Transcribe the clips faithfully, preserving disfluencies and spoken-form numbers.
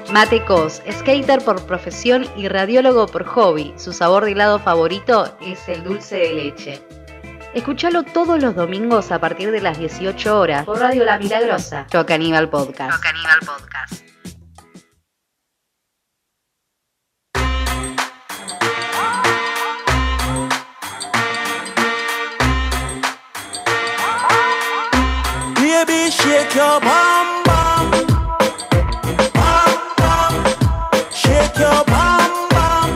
Mate Cos, skater por profesión y radiólogo por hobby. Su sabor de helado favorito es el dulce de leche. Escúchalo todos los domingos a partir de las dieciocho horas por Radio La Milagrosa. Yo Caníbal Podcast. Yo Caníbal Podcast. Baby, shake your bum bum, bum bum, shake your bum bum,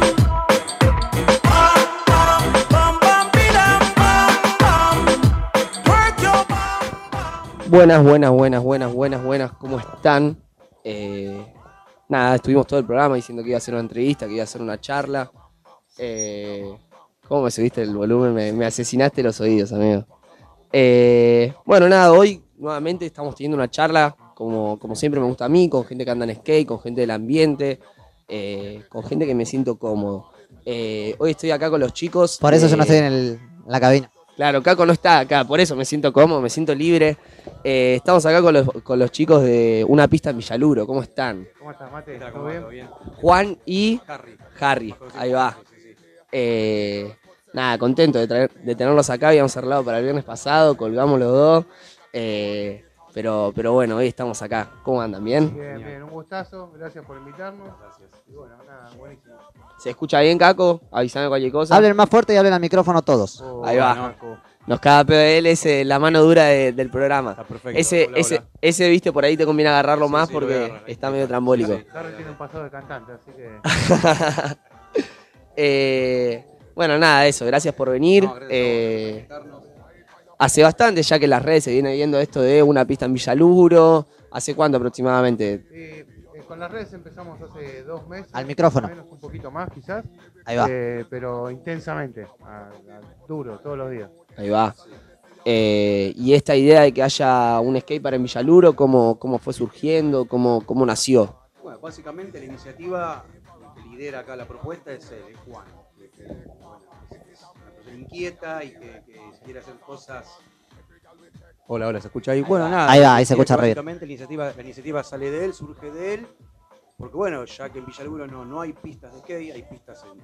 bum bum, bum bum, bidam, bum bum, work your bum bum. Buenas, buenas, buenas, buenas, buenas, buenas, ¿cómo están? Eh, nada, estuvimos todo el programa diciendo que iba a hacer una entrevista, que iba a hacer una charla. Eh, ¿Cómo me subiste el volumen? Me, me asesinaste los oídos, amigo. Eh, bueno, nada, hoy nuevamente estamos teniendo una charla, como, como siempre me gusta a mí, con gente que anda en skate, con gente del ambiente, eh, con gente que me siento cómodo. Eh, hoy estoy acá con los chicos. Por eso eh, yo no estoy en, el, en la cabina. Claro, Caco no está acá, por eso me siento cómodo, me siento libre. Eh, estamos acá con los, con los chicos de Una Pista en Villaluro, ¿cómo están? ¿Cómo estás, Mate? ¿Todo ¿Todo bien? bien? bien? Juan y Harry. Harry, ahí va. Sí, sí. Eh, nada, contento de, traer, de tenerlos acá, habíamos arreglado para el viernes pasado, colgamos los dos. Eh, pero, pero bueno, hoy estamos acá. ¿Cómo andan? ¿Bien? Bien, bien, un gustazo, gracias por invitarnos. Gracias. Y bueno, nada, buenísimo. ¿Se escucha bien, Caco? Avísame cualquier cosa. Hablen más fuerte y hablen al micrófono todos. Oh, Ahí va. Marco. Nos caga pedo él, es eh, la mano dura de- del programa. Está perfecto. Ese, Hola, ese, hola. ese, viste, por ahí te conviene agarrarlo Sí, más sí, lo voy a porque agarrar, ahí está está. medio trambólico. Sí, sí. Harry tiene un pasado de cantante, así que... Eh, bueno, nada, eso, gracias por venir. No, gracias a vos Eh, por invitarnos. hace bastante ya que en las redes se viene viendo esto de Una Pista en Villaluro. ¿Hace cuánto aproximadamente? Eh, eh, con las redes empezamos hace dos meses. Al micrófono. Menos, un poquito más, quizás. Ahí va. Eh, pero intensamente, a- a- duro, todos los días. Ahí va. Eh, y esta idea de que haya un skatepark en Villaluro, ¿cómo, cómo fue surgiendo? ¿Cómo, cómo nació? Bueno, básicamente la iniciativa que lidera acá la propuesta es él, es Juan. Que, que, bueno, es, es una persona inquieta y que, que quiere hacer cosas. Hola, hola, ¿se escucha ahí? Bueno, nada. Ahí va, ahí se escucha re bien. Básicamente la iniciativa, la iniciativa sale de él, surge de él. Porque bueno, ya que en Villaluro no, no hay pistas de skate, hay pistas en,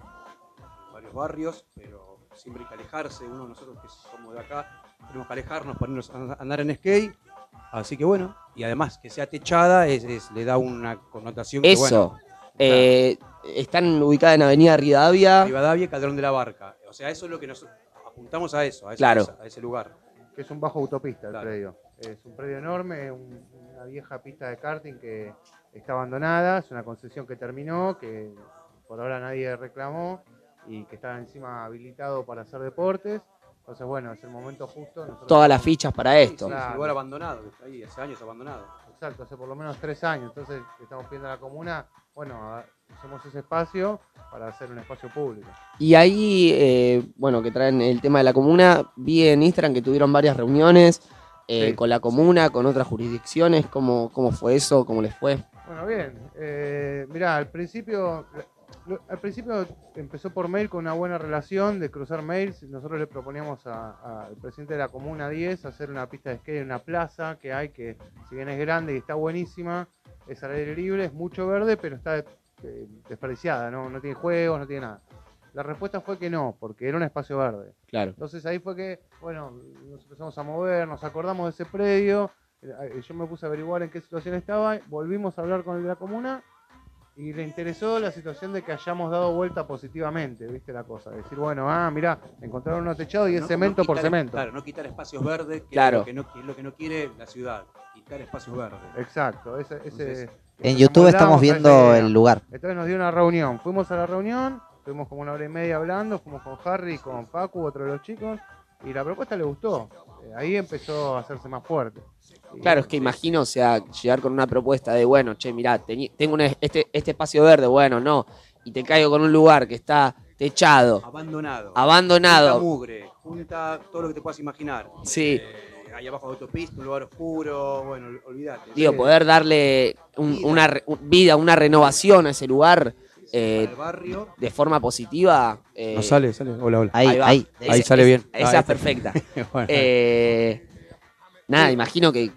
en varios barrios, pero siempre hay que alejarse. Uno de nosotros que somos de acá, tenemos que alejarnos para irnos a andar en skate. Así que bueno, y además que sea techada es, es- le da una connotación que Eso. bueno. Eh, están ubicadas en Avenida Rivadavia. Rivadavia, Calderón de la Barca. O sea, eso es lo que nosotros apuntamos a eso, a, eso, Claro. a ese lugar. Que es un bajo autopista el Claro. predio. Es un predio enorme, un- una vieja pista de karting que está abandonada, es una concesión que terminó, que por ahora nadie reclamó y que está encima habilitado para hacer deportes. Entonces, bueno, es el momento justo. Nosotros Todas las estamos- fichas para Sí, esto. sí, es Claro. un lugar abandonado, que está ahí, hace años abandonado. Exacto, hace por lo menos tres años. Entonces, estamos pidiendo a la comuna, bueno, a- usemos ese espacio para hacer un espacio público. Y ahí, eh, bueno, que traen el tema de la comuna, vi en Instagram que tuvieron varias reuniones eh, Sí. con la comuna, con otras jurisdicciones. ¿Cómo, cómo fue eso? ¿Cómo les fue? Bueno, bien. Eh, mirá, al principio, lo- al principio empezó por mail con una buena relación de cruzar mails. Nosotros le proponíamos a- a- al presidente de la Comuna diez hacer una pista de skate en una plaza que hay, que si bien es grande y está buenísima, es al aire libre, es mucho verde, pero está eh, desperdiciada, ¿no? No tiene juegos, no tiene nada. La respuesta fue que no, porque era un espacio verde. Claro. Entonces ahí fue que, bueno, nos empezamos a mover, nos acordamos de ese predio, eh, yo me puse a averiguar en qué situación estaba, volvimos a hablar con el de la comuna y le interesó la situación de que hayamos dado vuelta positivamente, ¿viste la cosa? Decir, bueno, ah, mirá, encontraron uno techado y es No- cemento no por quitar- cemento. Claro, no quitar espacios verdes, que, Claro. es, lo que, no, que es lo que no quiere la ciudad, quitar espacios verdes. Exacto, ese... ese Entonces, En nos YouTube amoldamos estamos a esa viendo idea. el lugar. Entonces nos dio una reunión, fuimos a la reunión, estuvimos como una hora y media hablando, fuimos con Harry, con Facu, otro de los chicos, y la propuesta le gustó. Eh, ahí empezó a hacerse más fuerte. Y- Claro, es que imagino, o sea, llegar con una propuesta de, bueno, che, mirá, teni- tengo un es- este, este espacio verde, bueno, no, y te caigo con un lugar que está techado, abandonado. abandonado. Junta mugre, junta todo lo que te puedas imaginar. Sí. Eh, ahí abajo de autopista, un lugar oscuro, bueno, ol- olvídate. Digo, Sí, poder darle un- Vida. una re- un- vida, una renovación a ese lugar eh, para el barrio. de forma positiva. eh, No sale, sale. Hola, hola. Ahí, ahí va. ahí. Ahí sale bien. Esa Ah, es perfecta. Bueno. Eh, nada, imagino que,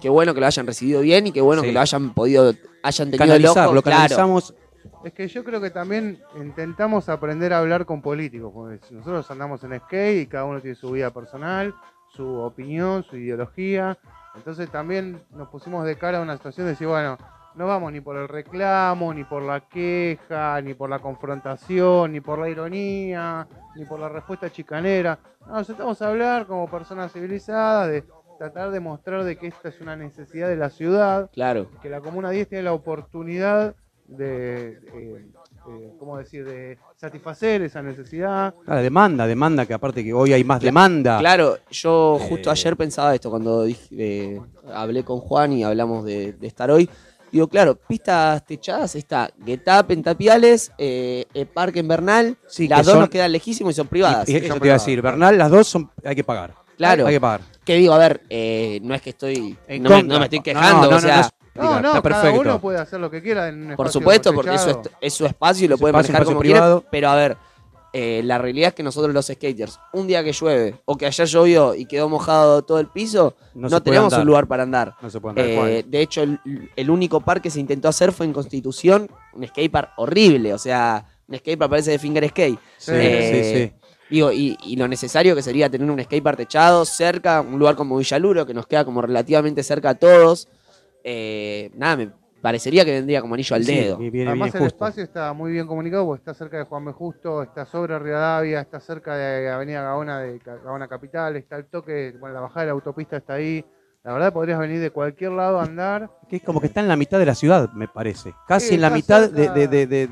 qué bueno que lo hayan recibido bien y qué bueno Sí. que lo hayan podido, hayan tenido el ojo. Canalizarlo, Claro, canalizamos. Es que yo creo que también intentamos aprender a hablar con políticos, porque nosotros andamos en skate y cada uno tiene su vida personal, su opinión, su ideología. Entonces también nos pusimos de cara a una situación de decir, bueno, no vamos ni por el reclamo, ni por la queja, ni por la confrontación, ni por la ironía, ni por la respuesta chicanera. No, nos sentamos a hablar como personas civilizadas, de tratar de mostrar de que esta es una necesidad de la ciudad, claro. que la Comuna diez tiene la oportunidad de, eh, eh, ¿cómo decir?, de satisfacer esa necesidad. Ah, demanda, demanda, que aparte que hoy hay más demanda. Claro, yo Eh, justo ayer pensaba esto cuando dije, eh, hablé con Juan y hablamos de, de estar hoy. Digo, claro, pistas techadas está Getap en Tapiales, eh, eh, Parque en Bernal, Sí, las que dos son- nos quedan lejísimos y son privadas. Y, y eso son te iba a privadas, decir, claro. Bernal, las dos son, hay que pagar. Claro. Hay que pagar. Que digo, a ver, eh, no es que estoy, En no me, contra. no me estoy No, quejando, no, no, o sea, no es- No, diga, no, está cada perfecto. uno puede hacer lo que quiera en un espacio por supuesto, porque eso es, techado. es su espacio y lo Su puede espacio, manejar espacio como privado. quiera, pero a ver, eh, la realidad es que nosotros los skaters, un día que llueve o que ayer llovió y quedó mojado todo el piso, No no, se puede tenemos andar. un lugar para andar. No se puede andar. Eh, ¿Cuál? de hecho, el, el único parque que se intentó hacer fue en Constitución, un skatepark horrible, o sea, un skatepark parece de finger skate. Sí, Eh, sí, sí. Digo, y, y lo necesario que sería tener un skatepark techado cerca, un lugar como Villaluro, que nos queda como relativamente cerca a todos. Eh, nada, me parecería que vendría como anillo al Sí, dedo. y viene, Además viene el justo. espacio está muy bien comunicado porque está cerca de Juan B. Justo, está sobre Rivadavia, está cerca de Avenida Gaona de Ca- Gaona Capital, está el toque, bueno, la bajada de la autopista está ahí. La verdad podrías venir de cualquier lado a andar. Que es como que está en la mitad de la ciudad, me parece. Casi Sí, en la está mitad de, cerca- de, de- de-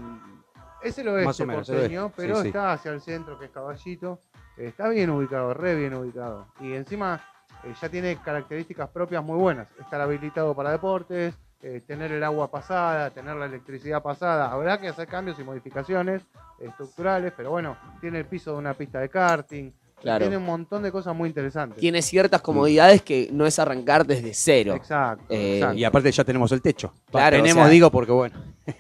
Es el oeste Más o menos, el porteño, oeste, pero sí, sí. está hacia el centro, que es Caballito. Eh, Está bien ubicado, re bien ubicado. Y encima eh, ya tiene características propias muy buenas. Estar habilitado para deportes, eh, tener el agua pasada, tener la electricidad pasada. Habrá que hacer cambios y modificaciones eh, estructurales, pero bueno, tiene el piso de una pista de karting. Claro. Tiene un montón de cosas muy interesantes. Tiene ciertas comodidades que no es arrancar desde cero. Exacto, Eh, exacto. Y aparte ya tenemos el techo. Claro, tenemos, o sea- digo, porque bueno.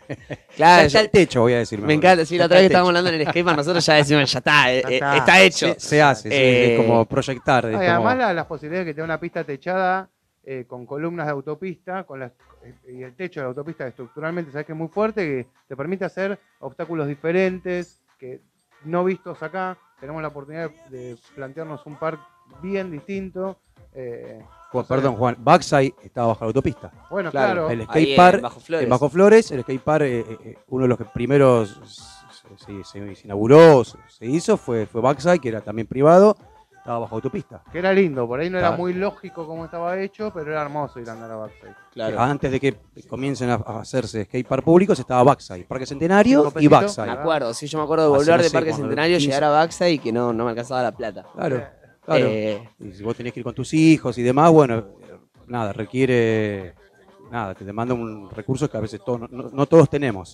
Claro, ya está yo- el techo, voy a decir. me encanta, sí, la otra vez que estábamos hablando en el skatepark, nosotros ya decimos, ya está, eh, Ya eh, está. está, hecho. Se, se hace, sí, Eh, es como proyectar. es Ah, y como- además la- las posibilidades que te da una pista techada eh, con columnas de autopista con las, eh, y el techo de la autopista estructuralmente sabes que es muy fuerte, que te permite hacer obstáculos diferentes que no vistos acá. Tenemos la oportunidad de plantearnos un parque bien distinto. eh, Juan- o sea, perdón, Juan. Backside estaba bajo la autopista. Bueno, Claro. claro. El Ahí skatepark en Bajo Flores. en Bajo Flores, el skatepark, eh, eh, uno de los que primeros se, se- se- se inauguró, se, se hizo, fue, fue Backside, que era también privado, estaba bajo autopista. Que era lindo, por ahí no era Claro. muy lógico cómo estaba hecho, pero era hermoso ir a andar a Backside. Claro. Antes de que comiencen a, a hacerse skatepark públicos, estaba Backside, Parque Centenario Cinco y pesitos. Backside. Me acuerdo, sí, yo me acuerdo de Hace, volver no de sé, Parque cuando Centenario, quince. llegar a Baxa y que no, no me alcanzaba la plata. Claro, Eh, claro. Eh, Y si vos tenés que ir con tus hijos y demás, bueno, eh, nada, requiere, nada, te demanda un recurso que a veces todos, no, no- no todos tenemos.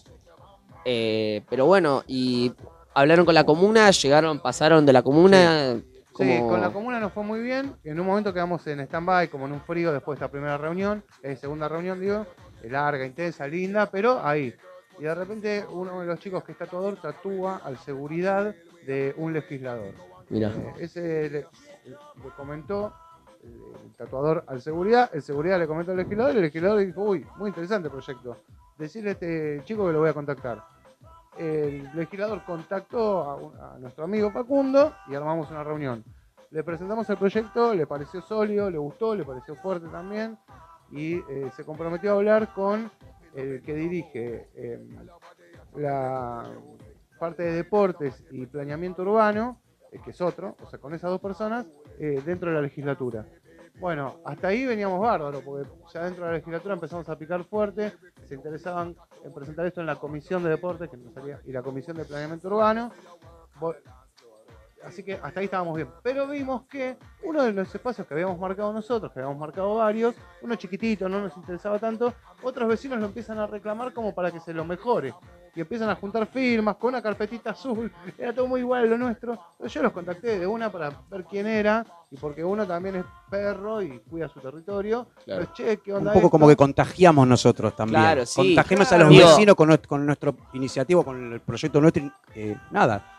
eh, pero bueno, y hablaron con la comuna, llegaron, pasaron de la comuna. Sí, como- con la comuna nos fue muy bien. En un momento quedamos en stand-by, como en un frío después de esta primera reunión, eh, segunda reunión, digo, eh, larga, intensa, linda, pero ahí. Y de repente uno de los chicos que es tatuador tatúa al seguridad de un legislador. Mirá. Eh, ese le, le comentó el, el tatuador al seguridad, el seguridad le comentó al legislador y el legislador le dijo, uy, muy interesante el proyecto. Decirle a este chico que lo voy a contactar. El legislador contactó a, un- a nuestro amigo Facundo y armamos una reunión. Le presentamos el proyecto, le pareció sólido, le gustó, le pareció fuerte también y eh, se comprometió a hablar con el que dirige eh, la parte de deportes y planeamiento urbano, eh, que es otro, o sea, con esas dos personas, eh, dentro de la legislatura. Bueno, hasta ahí veníamos bárbaros, porque ya dentro de la legislatura empezamos a picar fuerte, se interesaban en presentar esto en la Comisión de Deportes que nos salía, y la Comisión de Planeamiento Urbano. Bo- Así que hasta ahí estábamos bien. Pero vimos que uno de los espacios que habíamos marcado nosotros, que habíamos marcado varios, uno chiquitito, no nos interesaba tanto, otros vecinos lo empiezan a reclamar como para que se lo mejore. Y empiezan a juntar firmas con una carpetita azul, era todo muy igual a lo nuestro. Entonces yo los contacté de una para ver quién era, y porque uno también es perro y cuida su territorio. Claro. Pues, che, ¿qué Un onda poco esto? como que contagiamos nosotros también. Claro, sí. Contagiamos Claro. a los Digo- vecinos con, nuestro- con nuestra iniciativa, con el proyecto nuestro. eh, nada,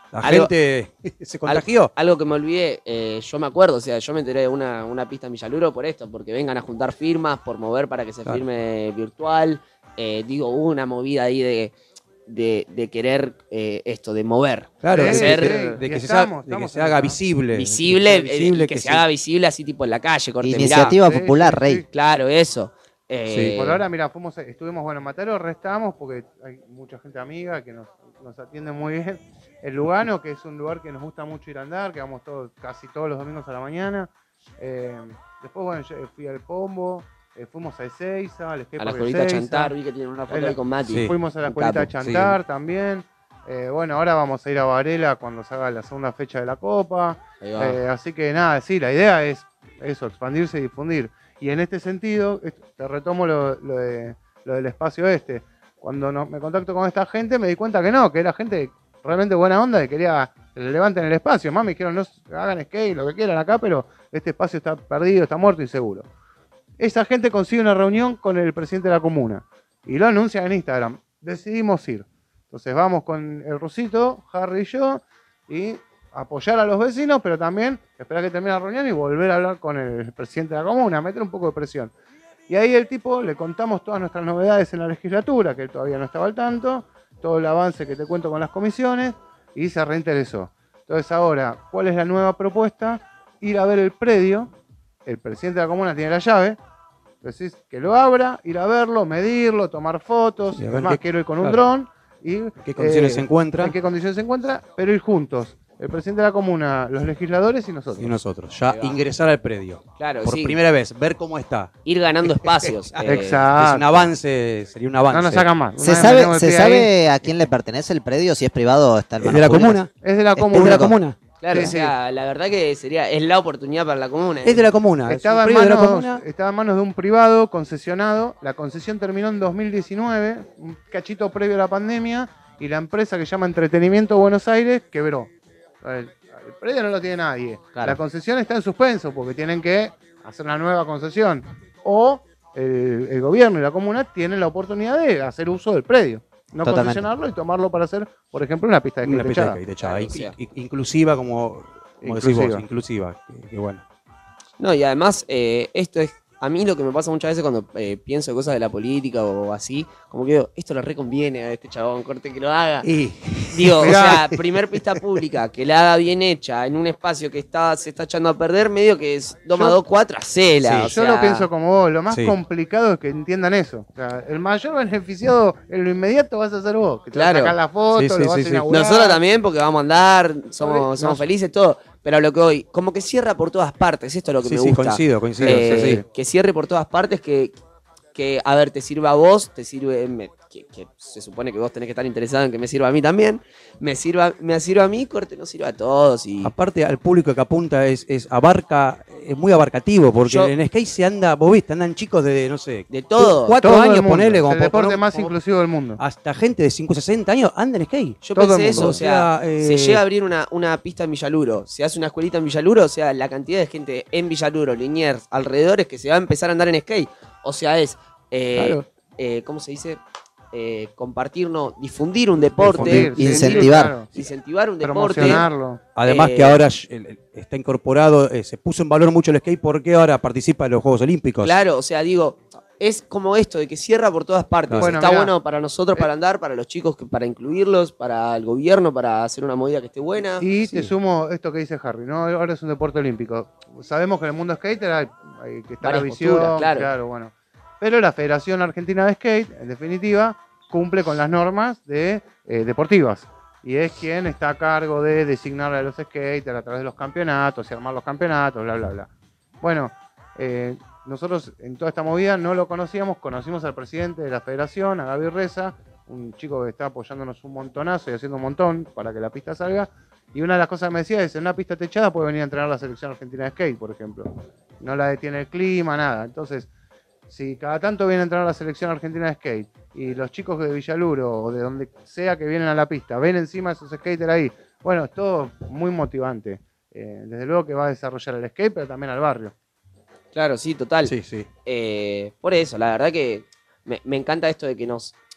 La Algo- gente se contagió. Al- algo que me olvidé, eh, yo me acuerdo, o sea, yo me enteré de una, una pista en Villaluro por esto, porque vengan a juntar firmas, por mover para que se Claro. firme virtual. Eh, digo, hubo una movida ahí de, de, de querer eh, esto, de mover. Claro, de de, hacer de- de y que, se, estamos, sa- de que estamos se en haga eso. visible. visible, que, sea visible, eh, que, que se se- haga visible así tipo en la calle, corte, mirá. Iniciativa Sí, popular, sí, Rey. sí. Claro, eso. Eh, Por ahora, mira, fuimos, estuvimos, bueno, en Mataró restamos porque hay mucha gente amiga que nos, nos atiende muy bien. El Lugano, que es un lugar que nos gusta mucho ir a andar, que vamos todos, casi todos los domingos a la mañana. Eh, después, bueno, yo fui al Pombo, eh, fuimos a Ezeiza, al a skatepark la de escuelita Ezeiza. Chantar, vi que tienen una foto Es la- ahí con Mati. Sí. Fuimos a la Un escuelita de capo, Chantar también. Eh, bueno, ahora vamos a ir a Varela cuando se haga la segunda fecha de la Copa. Ahí va. Eh, así que nada, sí, la idea es eso, expandirse y difundir. Y en este sentido, est- te retomo lo, lo de, lo del espacio este. Cuando no- me contacto con esta gente me di cuenta que no, que era gente realmente buena onda, que quería que le levanten el espacio. Más me dijeron, no s- hagan skate, lo que quieran acá, pero este espacio está perdido, está muerto, inseguro. Esa gente consigue una reunión con el presidente de la comuna y lo anuncia en Instagram. Decidimos ir. Entonces vamos con el Rusito, Harry y yo, y apoyar a los vecinos, pero también esperar que termine la reunión y volver a hablar con el presidente de la comuna, meter un poco de presión. Y ahí el tipo le contamos todas nuestras novedades en la legislatura, que él todavía no estaba al tanto, todo el avance que te cuento con las comisiones, y se reinteresó. Entonces ahora, ¿cuál es la nueva propuesta? Ir a ver el predio, el presidente de la comuna tiene la llave, decís que lo abra, ir a verlo, medirlo, tomar fotos, Sí, a es ver más, qué- quiero ir con un claro. dron, y ¿En qué condiciones eh, se encuentra? en qué condiciones se encuentra, pero ir juntos. El presidente de la comuna, los legisladores y nosotros. Y nosotros, ya Ahí va. ingresar al predio. Claro, Por sí. primera vez, ver cómo está. Ir ganando espacios. eh, Exacto. Es un avance, sería un avance. No nos sacan más. ¿Se Una vez sabe, metemos el ¿se pie ahí. sabe a quién le pertenece el predio? Si es privado o está en ¿Es manos de la públicas. comuna? Es de la Es ¿Es comuna. de la público. comuna? Claro, Sí, o sea, la verdad que sería, es la oportunidad para la comuna. Es de la comuna. Estaba es en, un predio de la manos, comuna. estaba en manos de un privado concesionado. La concesión terminó en dos mil diecinueve, un cachito previo a la pandemia, y la empresa que se llama Entretenimiento Buenos Aires quebró. El, el predio no lo tiene nadie. Claro. La concesión está en suspenso porque tienen que hacer una nueva concesión. O el, el gobierno y la comuna tienen la oportunidad de hacer uso del predio. No Totalmente. concesionarlo y tomarlo para hacer, por ejemplo, una pista de Una skate pista de techada. skate techada. Claro, In- o sea. in- inclusiva, como, como decís Inclusiva. vos, inclusiva. Que, que bueno. No, y además, eh, esto es. A mí lo que me pasa muchas veces cuando eh, pienso cosas de la política o así, como que digo, esto le reconviene a este chabón, corte que lo haga. Y Digo, o Mirá. sea, primer pista pública, que la haga bien hecha en un espacio que está, se está echando a perder, medio que es dos más Yo- dos, cuatro, hacela. Sí, o Yo sea, lo pienso como vos, lo más Sí. complicado es que entiendan eso. O sea, el mayor beneficiado en lo inmediato vas a ser vos. Que te vas a Claro. sacar la foto, Sí, sí, lo vas sí, a sí. inaugurar. Nosotros también, porque vamos a andar, somos, Nos- somos felices, todo. Pero a lo que hoy, como que cierra por todas partes, esto es lo que sí, me sí, gusta. coincido, coincido. Eh, sí, sí. Que cierre por todas partes, que, que, a ver, te sirva a vos, te sirve, me- que, que se supone que vos tenés que estar interesado en que me sirva a mí también, me sirva, me sirva a mí, corte, nos sirva a todos. Y Aparte, al público que apunta es, es abarca, es muy abarcativo, porque Yo- en skate se anda, vos viste, andan chicos de, no sé, de todo. cuatro Todo el años, mundo. ponele, Es como el por deporte poner- más como- inclusivo del mundo. hasta gente de cincuenta, sesenta años anda en skate. Yo todo el pensé mundo. eso, o sea, O sea, eh, se llega a abrir una, una pista en Villaluro, se hace una escuelita en Villaluro, o sea, la cantidad de gente en Villaluro, Liniers, alrededores, que se va a empezar a andar en skate. O sea, es, eh, Claro. eh, ¿cómo se dice? Eh, compartir, no, difundir un deporte, Difundir, sí, Incentivar. claro. incentivar un deporte. Promocionarlo. Además Eh, que ahora el- el- está incorporado, eh, se puso en valor mucho el skate porque ahora participa en los Juegos Olímpicos. Claro, o sea, digo, es como esto de que cierra por todas partes. Claro. Bueno, Está mirá. bueno para nosotros para andar, para los chicos, que- para incluirlos, para el gobierno, para hacer una movida que esté buena. Y Sí. te sumo esto que dice Harry, ¿no? Ahora es un deporte olímpico. Sabemos que en el mundo skater hay, hay que está la Varias visión, posturas, claro. bueno. Pero la Federación Argentina de Skate, en definitiva, cumple con las normas de, eh, deportivas. Y es quien está a cargo de designar a los skaters a través de los campeonatos y armar los campeonatos, bla, bla, bla. Bueno, eh, nosotros en toda esta movida no lo conocíamos, conocimos al presidente de la federación, a Gaby Reza, un chico que está apoyándonos un montonazo y haciendo un montón para que la pista salga. Y una de las cosas que me decía es, en una pista techada puede venir a entrenar la selección argentina de skate, por ejemplo. No la detiene el clima, nada. Entonces, si cada tanto viene a entrenar la selección argentina de skate y los chicos de Villaluro o de donde sea que vienen a la pista ven encima a esos skaters ahí, bueno, es todo muy motivante. Eh, desde luego que va a desarrollar el skate, pero también al barrio. Claro, sí, total. Sí, sí. Eh, por eso, la verdad que me, me encanta esto de que nos,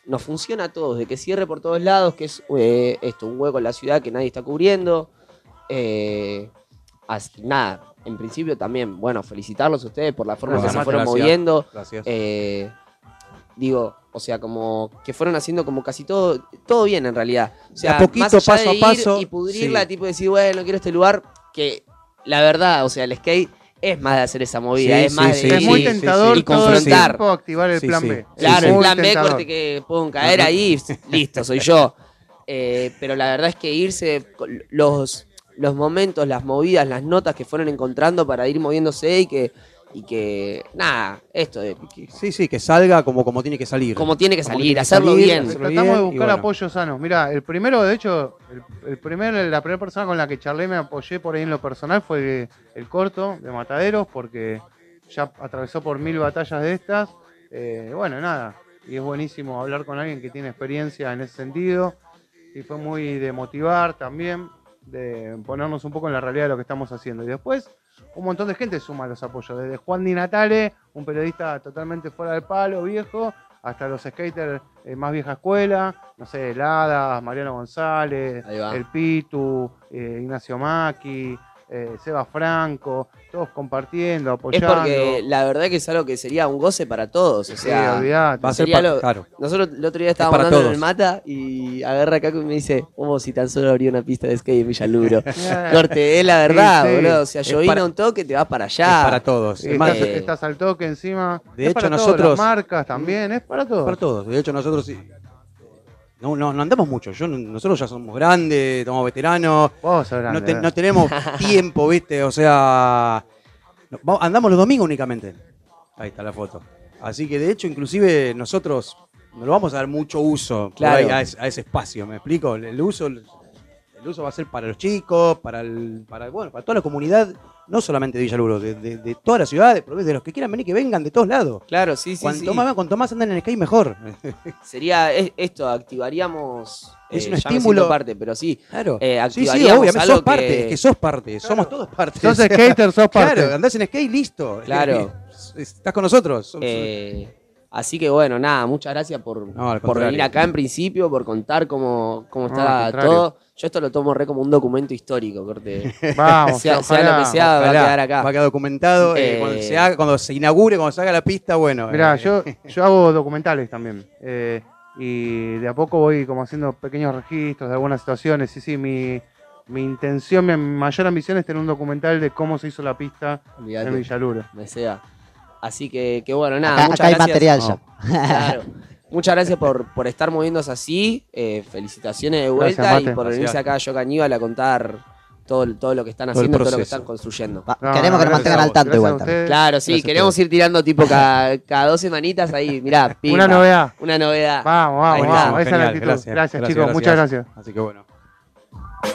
nos funciona a todos, de que cierre por todos lados, que es eh, esto, un hueco en la ciudad que nadie está cubriendo. Eh, así, nada, en principio también, bueno, felicitarlos a ustedes por la forma Gracias, que se fueron gracias. moviendo. Gracias. Eh, digo, o sea, como que fueron haciendo como casi todo, todo bien en realidad. O sea, De a poquito, más allá paso de a ir paso, y pudrirla, sí. tipo decir, bueno, no quiero este lugar, que la verdad, o sea, el skate es más de hacer esa movida, Sí, es más sí, de Es ir muy y- tentador y todo el confrontar. tiempo activar el Sí, plan sí. B. Claro, Es el muy plan B, tentador. corte que pueden caer ahí, listo, soy yo. Eh, pero la verdad es que irse, con los, los momentos, las movidas, las notas que fueron encontrando para ir moviéndose y que, y que nada, esto de que- Sí, sí, que salga como, como tiene que salir. como tiene que Como salir, tiene que hacerlo salir, bien. hacerlo Tratamos de bien, y buscar bueno. apoyos sanos. Mira, el primero, de hecho, el, el primer, la primera persona con la que charlé, me apoyé por ahí en lo personal, fue el Corto de Mataderos, porque ya atravesó por mil batallas de estas. Eh, bueno, nada, y es buenísimo hablar con alguien que tiene experiencia en ese sentido. Y fue muy de motivar también, de ponernos un poco en la realidad de lo que estamos haciendo. Y después, un montón de gente suma los apoyos, desde Juan Di Natale, un periodista totalmente fuera del palo, viejo, hasta los skaters eh, más vieja escuela, no sé, el Hadas, Mariano González, Ahí va. el Pitu, eh, Ignacio Maki, eh, Seba Franco, todos compartiendo, Es apoyando. porque la verdad que es algo que sería un goce para todos. O Sí, sea, olvidate. Va a ser sería para, lo- claro. nosotros el otro día estábamos para andando en el todos. Mata y agarra acá y me dice, como si tan solo habría una pista de skate en Villaluro. Eh, Corte, es la verdad, Sí, sí. boludo. O sea, yo Es vine para- a un toque, te vas para Es allá. para todos. Sí, Es más, estás, eh, estás al toque encima. de Es hecho, para todos, nosotros- las marcas también, es para todos. para todos. De hecho, nosotros sí. No, no, no andamos mucho. Yo, nosotros ya somos grandes, somos veteranos. Vos sos grande, No, te- eh. no tenemos tiempo, ¿viste? O sea, no, va- andamos los domingos únicamente. Ahí está la foto. Así que, de hecho, inclusive nosotros no lo vamos a dar mucho uso por Claro. ahí a, ese, a ese espacio, ¿me explico? El, el uso el uso va a ser para los chicos, para el, para bueno, para toda la comunidad, no solamente de Villaluro, de, de, de toda la ciudad, de, de los que quieran venir, que vengan de todos lados. Claro, sí, sí, cuanto, sí. Más, cuanto más andan en skate, mejor. Sería es- esto, activaríamos. Es eh, un ya me estímulo. siento parte, pero sí. Claro. Eh, sí, sí, activaríamos obviamente, algo sos parte, que- es que sos parte, somos todos parte. Sos skater, sos parte. Claro, andás en skate, listo. Claro. Estás con nosotros. Sos- Eh, así que bueno, nada, muchas gracias por, No, al por contrario. venir acá en principio, por contar cómo, cómo No, está al contrario. todo. Yo esto lo tomo re como un documento histórico, corte. Vamos, sea, sea ojalá. lo que sea, va a Ojalá, quedar acá. Va a quedar documentado. eh, Eh, cuando, se haga, cuando se inaugure, cuando se haga la pista, bueno. Mirá, eh, yo, yo hago documentales también. eh, y de a poco voy como haciendo pequeños registros de algunas situaciones. Sí, sí, mi, mi intención, mi mayor ambición es tener un documental de cómo se hizo la pista Olvídate, en Villaluro. me sea. Así que, que bueno, nada, Acá, muchas acá hay gracias. material No. ya. Claro. Muchas gracias por, por estar moviéndose así. eh, felicitaciones de vuelta Gracias, y Mate. por venirse Gracias. acá a Yo Caníbal a contar todo, todo lo que están Todo el haciendo, todo lo que proceso. están construyendo. Va, No, queremos que nos gracias mantengan a al vos, tanto gracias igual a también. ustedes. Claro, sí, Gracias a queremos ustedes. ir tirando tipo cada, cada dos semanitas ahí, mirá, pimba, Una novedad. Una novedad. Vamos, Ahí vamos, está. vamos. Esa es la Genial, actitud. gracias, Gracias, gracias, chicos. Muchas gracias. Así que bueno.